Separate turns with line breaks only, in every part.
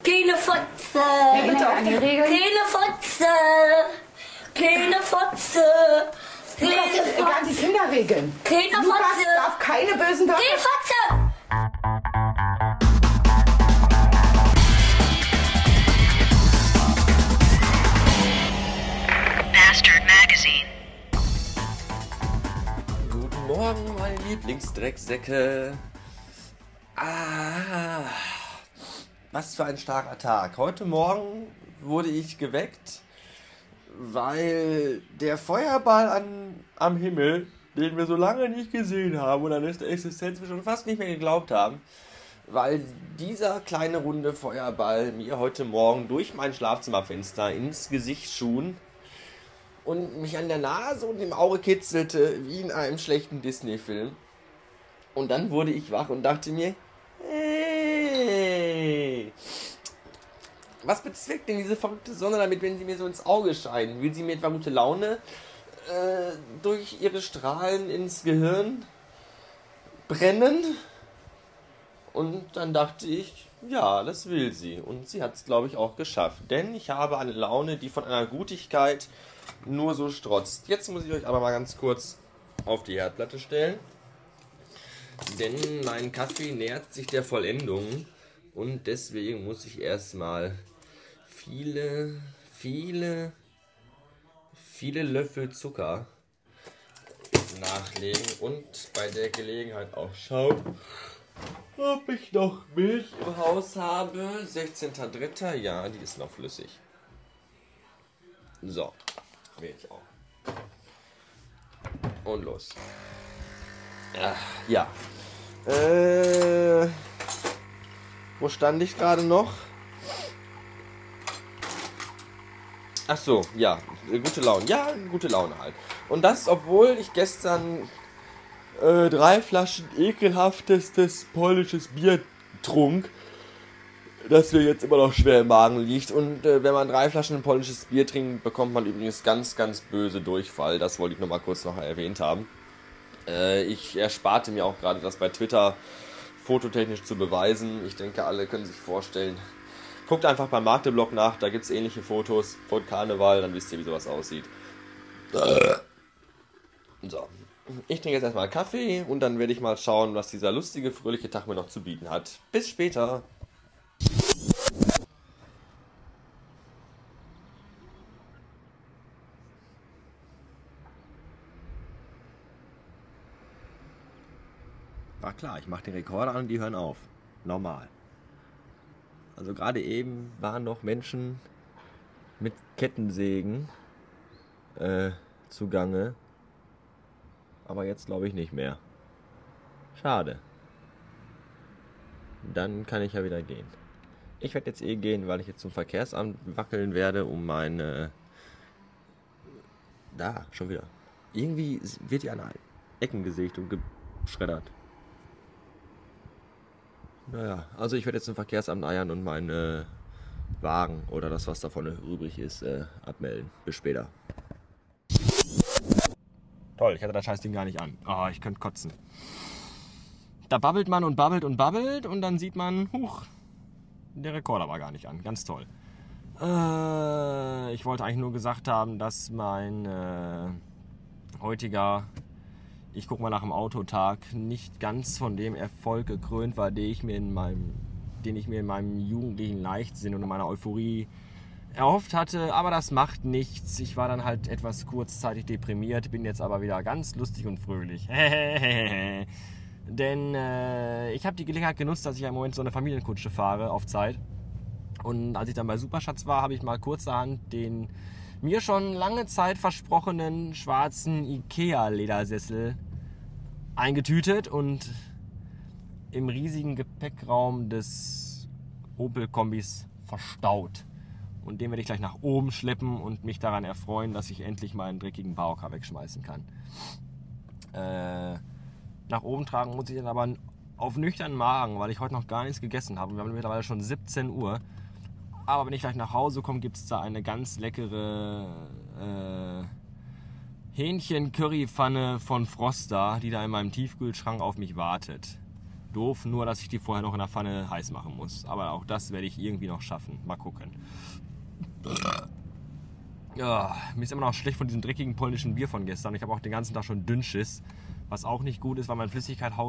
Kleine Fotze.
Ja, bitte auf die Regeln.
Kleine Fotze. Kleine Fotze.
Egal, die Kinderregeln.
Kleine
Lukas
Fotze.
darf keine bösen Wörter.
Kleine Fotze.
Bastard Magazine.
Guten Morgen, meine Lieblingsdrecksäcke. Was für ein starker Tag. Heute Morgen wurde ich geweckt, weil der Feuerball am Himmel, den wir so lange nicht gesehen haben und an dessen Existenz wir schon fast nicht mehr geglaubt haben, weil dieser kleine runde Feuerball mir heute Morgen durch mein Schlafzimmerfenster ins Gesicht schon und mich an der Nase und im Auge kitzelte, wie in einem schlechten Disney-Film. Und dann wurde ich wach und dachte mir, hey, was bezweckt denn diese verrückte Sonne damit, wenn sie mir so ins Auge scheint? Will sie mir etwa gute Laune durch ihre Strahlen ins Gehirn brennen? Und dann dachte ich, ja, das will sie. Und sie hat es, glaube ich, auch geschafft. Denn ich habe eine Laune, die von einer Gutigkeit nur so strotzt. Jetzt muss ich euch aber mal ganz kurz auf die Herdplatte stellen. Denn mein Kaffee nähert sich der Vollendung. Und deswegen muss ich erstmal viele Löffel Zucker nachlegen. Und bei der Gelegenheit auch schauen, ob ich noch Milch im Haus habe. 16.03. Ja, die ist noch flüssig. So, Milch auch. Und los. Ja. Wo stand ich gerade noch? Ach so, ja, gute Laune. Ja, gute Laune halt. Und das, obwohl ich gestern 3 Flaschen ekelhaftestes polnisches Bier trunk, das mir jetzt immer noch schwer im Magen liegt. Und wenn man 3 Flaschen polnisches Bier trinkt, bekommt man übrigens ganz, ganz böse Durchfall. Das wollte ich noch mal kurz noch erwähnt haben. Ich ersparte mir auch gerade das bei Twitter fototechnisch zu beweisen. Ich denke, alle können sich vorstellen. Guckt einfach beim Magdeblog nach, da gibt es ähnliche Fotos vor Karneval, dann wisst ihr, wie sowas aussieht. So, ich trinke jetzt erstmal Kaffee und dann werde ich mal schauen, was dieser lustige, fröhliche Tag mir noch zu bieten hat. Bis später! War klar, ich mache den Rekorder an und die hören auf. Normal. Also gerade eben waren noch Menschen mit Kettensägen zugange. Aber jetzt glaube ich nicht mehr. Schade. Dann kann ich ja wieder gehen. Ich werde jetzt gehen, weil ich jetzt zum Verkehrsamt wackeln werde, um meine... Da, schon wieder. Irgendwie wird die an Ecken gesägt und geschreddert. Naja, also ich werde jetzt zum Verkehrsamt eiern und meine Wagen oder das, was davon übrig ist, abmelden. Bis später. Toll, ich hatte das Scheißding gar nicht an. Oh, ich könnte kotzen. Da babbelt man und babbelt und babbelt und dann sieht man, huch, der Rekorder war gar nicht an. Ganz toll. Ich wollte eigentlich nur gesagt haben, dass mein heutiger... Ich gucke mal nach dem Autotag, nicht ganz von dem Erfolg gekrönt war, den ich mir in meinem jugendlichen Leichtsinn und in meiner Euphorie erhofft hatte. Aber das macht nichts. Ich war dann halt etwas kurzzeitig deprimiert, bin jetzt aber wieder ganz lustig und fröhlich. Denn ich habe die Gelegenheit genutzt, dass ich im Moment so eine Familienkutsche fahre auf Zeit. Und als ich dann bei Superschatz war, habe ich mal kurzerhand den mir schon lange Zeit versprochenen schwarzen Ikea-Ledersessel eingetütet und im riesigen Gepäckraum des Opel-Kombis verstaut. Und den werde ich gleich nach oben schleppen und mich daran erfreuen, dass ich endlich meinen dreckigen Barocker wegschmeißen kann. Nach oben tragen muss ich dann aber auf nüchternen Magen, weil ich heute noch gar nichts gegessen habe. Wir haben mittlerweile schon 17 Uhr. Aber wenn ich gleich nach Hause komme, gibt es da eine ganz leckere Hähnchen-Currypfanne von Froster, die da in meinem Tiefkühlschrank auf mich wartet. Doof, nur dass ich die vorher noch in der Pfanne heiß machen muss. Aber auch das werde ich irgendwie noch schaffen. Mal gucken. Ja, mir ist immer noch schlecht von diesem dreckigen polnischen Bier von gestern. Ich habe auch den ganzen Tag schon Dünnschiss. Was auch nicht gut ist, weil mein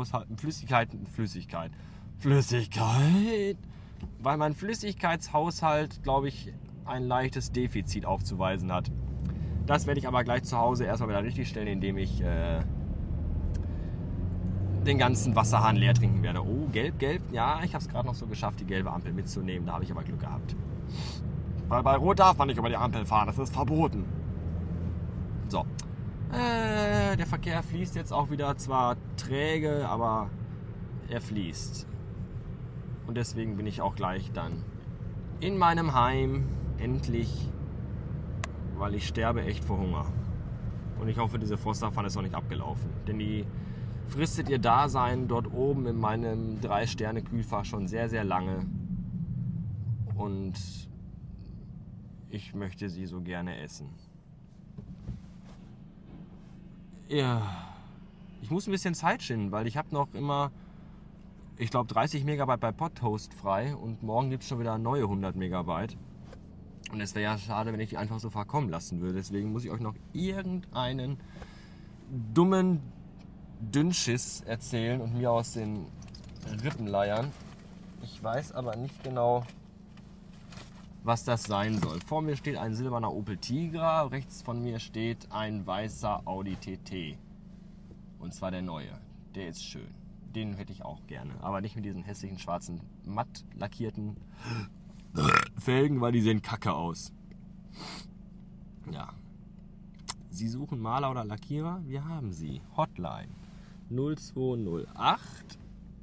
weil mein Flüssigkeitshaushalt, glaube ich, ein leichtes Defizit aufzuweisen hat. Das werde ich aber gleich zu Hause erstmal wieder richtig stellen, indem ich den ganzen Wasserhahn leer trinken werde. Oh, gelb. Ja, ich habe es gerade noch so geschafft, die gelbe Ampel mitzunehmen. Da habe ich aber Glück gehabt. Weil bei Rot darf man nicht über die Ampel fahren. Das ist verboten. So. Der Verkehr fließt jetzt auch wieder. Zwar träge, aber er fließt. Und deswegen bin ich auch gleich dann in meinem Heim. Endlich. Weil ich sterbe echt vor Hunger. Und ich hoffe, diese Frosterpfanne ist noch nicht abgelaufen. Denn die fristet ihr Dasein dort oben in meinem 3-Sterne-Kühlfach schon sehr, sehr lange. Und ich möchte sie so gerne essen. Ja, ich muss ein bisschen Zeit schinden, weil ich habe noch immer, ich glaube, 30 Megabyte bei Podhost frei. Und morgen gibt es schon wieder neue 100 Megabyte. Und es wäre ja schade, wenn ich die einfach so verkommen lassen würde. Deswegen muss ich euch noch irgendeinen dummen Dünnschiss erzählen und mir aus den Rippen leiern. Ich weiß aber nicht genau, was das sein soll. Vor mir steht ein silberner Opel Tigra, rechts von mir steht ein weißer Audi TT. Und zwar der neue. Der ist schön. Den hätte ich auch gerne. Aber nicht mit diesen hässlichen schwarzen, matt lackierten Felgen, weil die sehen kacke aus. Ja. Sie suchen Maler oder Lackierer? Wir haben sie. Hotline 0208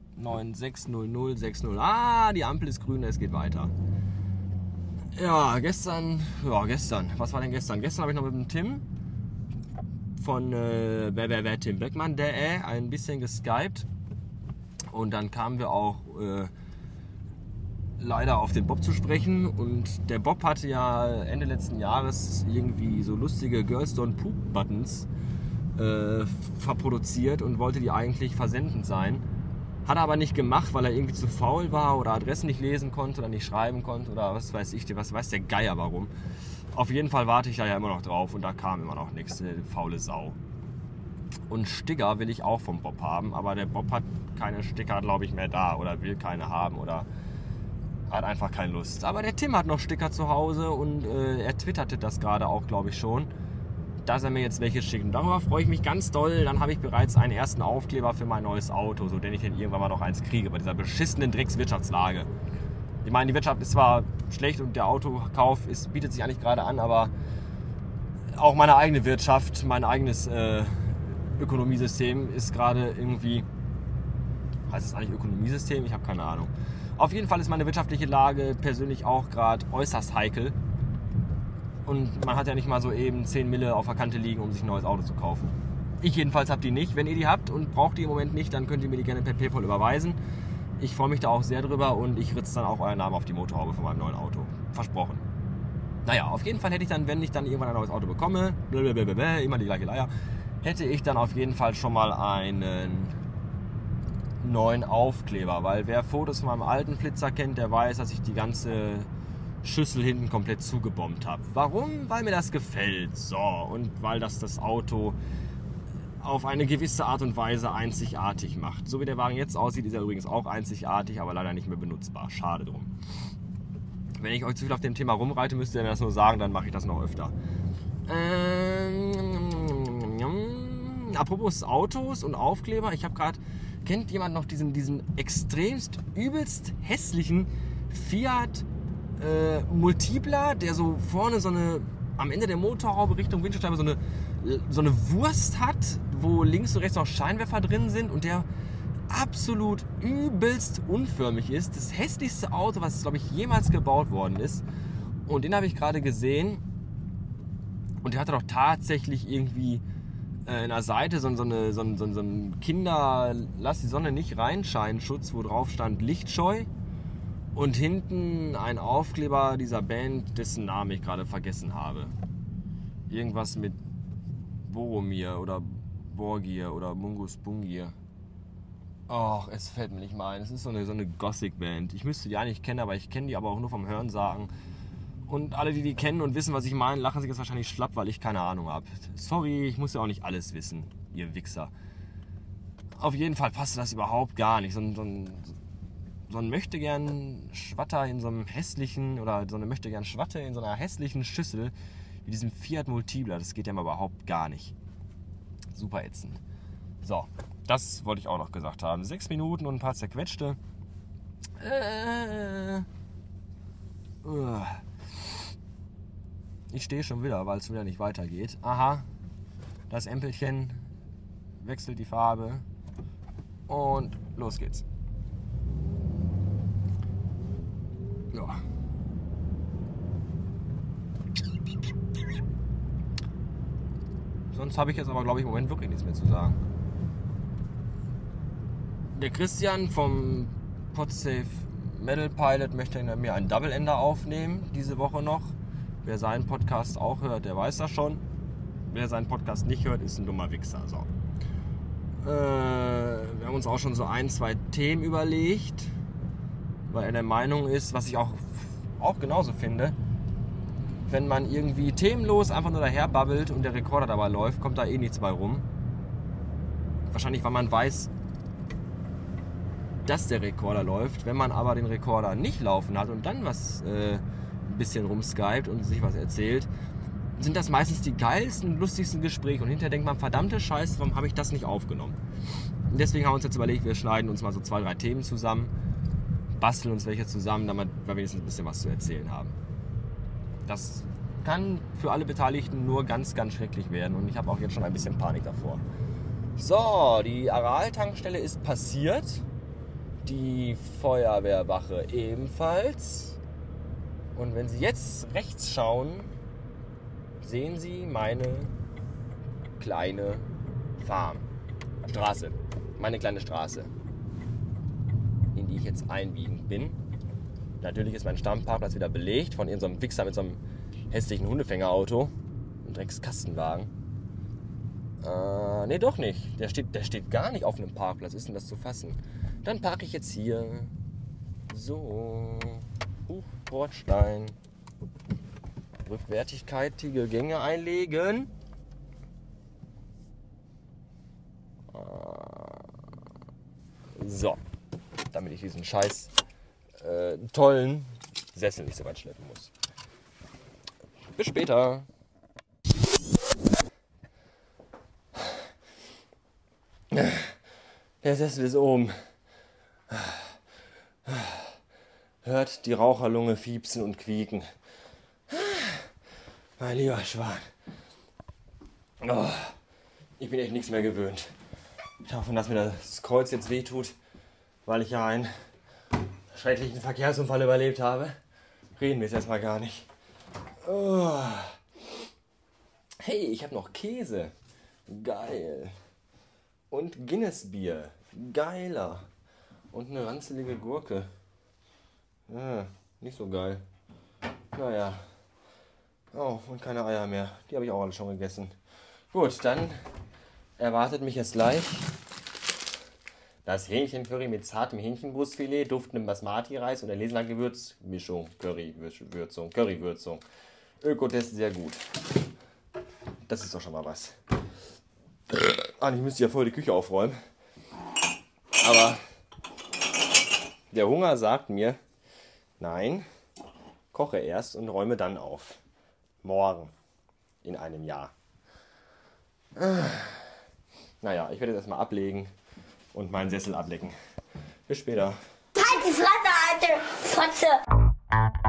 9600 60. Ah, die Ampel ist grün, es geht weiter. Ja, gestern. Was war denn gestern? Gestern habe ich noch mit dem Tim von Tim Beckmann, ein bisschen geskypt. Und dann kamen wir auch leider auf den Bob zu sprechen. Und der Bob hatte ja Ende letzten Jahres irgendwie so lustige Girls Don't Poop Buttons verproduziert und wollte die eigentlich versendend sein. Hat er aber nicht gemacht, weil er irgendwie zu faul war oder Adressen nicht lesen konnte oder nicht schreiben konnte oder was weiß ich, was weiß der Geier warum. Auf jeden Fall warte ich da ja immer noch drauf und da kam immer noch nichts, eine faule Sau. Und Sticker will ich auch vom Bob haben, aber der Bob hat keine Sticker, glaube ich, mehr da oder will keine haben oder hat einfach keine Lust. Aber der Tim hat noch Sticker zu Hause und er twitterte das gerade auch, glaube ich, schon, dass er mir jetzt welche schickt. Und darüber freue ich mich ganz doll. Dann habe ich bereits einen ersten Aufkleber für mein neues Auto, so den ich dann irgendwann mal noch eins kriege, bei dieser beschissenen Dreckswirtschaftslage. Ich meine, die Wirtschaft ist zwar schlecht und der Autokauf bietet sich eigentlich gerade an, aber auch meine eigene Wirtschaft, mein eigenes Ökonomiesystem ist gerade irgendwie... Heißt es eigentlich Ökonomiesystem? Ich habe keine Ahnung. Auf jeden Fall ist meine wirtschaftliche Lage persönlich auch gerade äußerst heikel. Und man hat ja nicht mal so eben 10 Mille auf der Kante liegen, um sich ein neues Auto zu kaufen. Ich jedenfalls habe die nicht. Wenn ihr die habt und braucht die im Moment nicht, dann könnt ihr mir die gerne per PayPal überweisen. Ich freue mich da auch sehr drüber und ich ritze dann auch euren Namen auf die Motorhaube von meinem neuen Auto. Versprochen. Naja, auf jeden Fall hätte ich dann, wenn ich dann irgendwann ein neues Auto bekomme, immer die gleiche Leier, hätte ich dann auf jeden Fall schon mal einen neuen Aufkleber. Weil wer Fotos von meinem alten Flitzer kennt, der weiß, dass ich die ganze Schüssel hinten komplett zugebombt habe. Warum? Weil mir das gefällt. So, und weil das Auto auf eine gewisse Art und Weise einzigartig macht. So wie der Wagen jetzt aussieht, ist er übrigens auch einzigartig, aber leider nicht mehr benutzbar. Schade drum. Wenn ich euch zu viel auf dem Thema rumreite, müsst ihr mir das nur sagen, dann mache ich das noch öfter. Apropos Autos und Aufkleber, ich habe gerade, kennt jemand noch diesen extremst, übelst hässlichen Fiat Multipla, der so vorne am Ende der Motorhaube Richtung Windschutzscheibe so eine Wurst hat, wo links und rechts noch Scheinwerfer drin sind und der absolut übelst unförmig ist. Das hässlichste Auto, was, glaube ich, jemals gebaut worden ist. Und den habe ich gerade gesehen und der hatte doch tatsächlich irgendwie in der Seite so einen Kinder, lass die Sonne nicht reinscheinen Schutz, wo drauf stand Lichtscheu. Und hinten ein Aufkleber dieser Band, dessen Namen ich gerade vergessen habe. Irgendwas mit Boromir oder Borgir oder Mungus Bungir. Och, es fällt mir nicht mal ein. Es ist so eine Gothic-Band. Ich müsste die eigentlich kennen, aber ich kenne die aber auch nur vom Hörensagen. Und alle, die kennen und wissen, was ich meine, lachen sich jetzt wahrscheinlich schlapp, weil ich keine Ahnung habe. Sorry, ich muss ja auch nicht alles wissen, ihr Wichser. Auf jeden Fall passt das überhaupt gar nicht. So ein möchtegern Schwatter in so einem hässlichen, oder so eine möchtegern Schwatte in so einer hässlichen Schüssel wie diesem Fiat Multipla, das geht ja mal überhaupt gar nicht. Super ätzend. So, das wollte ich auch noch gesagt haben. 6 Minuten und ein paar zerquetschte. Ich stehe schon wieder, weil es wieder nicht weitergeht. Aha, das Ämpelchen wechselt die Farbe und los geht's. Ja. Sonst habe ich jetzt aber, glaube ich, im Moment wirklich nichts mehr zu sagen. Der Christian vom Podsafe Metal Pilot möchte mir einen Double Ender aufnehmen, diese Woche noch. Wer seinen Podcast auch hört, der weiß das schon. Wer seinen Podcast nicht hört, ist ein dummer Wichser. So. Wir haben uns auch schon so 1-2 Themen überlegt, weil er der Meinung ist, was ich auch genauso finde, wenn man irgendwie themenlos einfach nur daher babbelt und der Rekorder dabei läuft, kommt da eh nichts bei rum. Wahrscheinlich, weil man weiß, dass der Rekorder läuft. Wenn man aber den Rekorder nicht laufen hat und dann was ein bisschen rumskypt und sich was erzählt, sind das meistens die geilsten, lustigsten Gespräche. Und hinterher denkt man, verdammte Scheiße, warum habe ich das nicht aufgenommen? Und deswegen haben wir uns jetzt überlegt, wir schneiden uns mal so 2-3 Themen zusammen, basteln uns welche zusammen, damit wir wenigstens ein bisschen was zu erzählen haben. Das kann für alle Beteiligten nur ganz, ganz schrecklich werden. Und ich habe auch jetzt schon ein bisschen Panik davor. So, die Aral-Tankstelle ist passiert. Die Feuerwehrwache ebenfalls. Und wenn Sie jetzt rechts schauen, sehen Sie meine kleine Farm. Straße. Meine kleine Straße, in die ich jetzt einbiegen bin. Natürlich ist mein Stammparkplatz wieder belegt von irgendeinem Wichser mit so einem hässlichen Hundefängerauto. Ein Dreckskastenwagen. Nee, doch nicht. Der steht gar nicht auf einem Parkplatz. Ist denn das zu fassen? Dann parke ich jetzt hier. So. Bordstein. Rückwärtigkeitige Gänge einlegen. So. Damit ich diesen scheiß tollen Sessel nicht so weit schleppen muss. Bis später. Der Sessel ist oben. Hört die Raucherlunge fiepsen und quieken. Mein lieber Schwan. Oh, ich bin echt nichts mehr gewöhnt. Ich hoffe, dass mir das Kreuz jetzt wehtut, weil ich ja einen schrecklichen Verkehrsunfall überlebt habe. Reden wir jetzt erstmal gar nicht. Oh. Hey, ich habe noch Käse. Geil. Und Guinness-Bier. Geiler. Und eine ranzelige Gurke. Ja, nicht so geil. Naja. Oh, und keine Eier mehr. Die habe ich auch alle schon gegessen. Gut, dann erwartet mich jetzt gleich das Hähnchencurry mit zartem Hähnchenbrustfilet, duftendem Basmati-Reis und erlesener Gewürzmischung. Currywürzung. Ökotest sehr gut. Das ist doch schon mal was. Eigentlich müsste ich ja voll die Küche aufräumen. Aber der Hunger sagt mir, nein, koche erst und räume dann auf. Morgen. In einem Jahr. Naja, ich werde jetzt erstmal ablegen und meinen Sessel ablecken. Bis später.
Halt die Fresse, alte Fotze!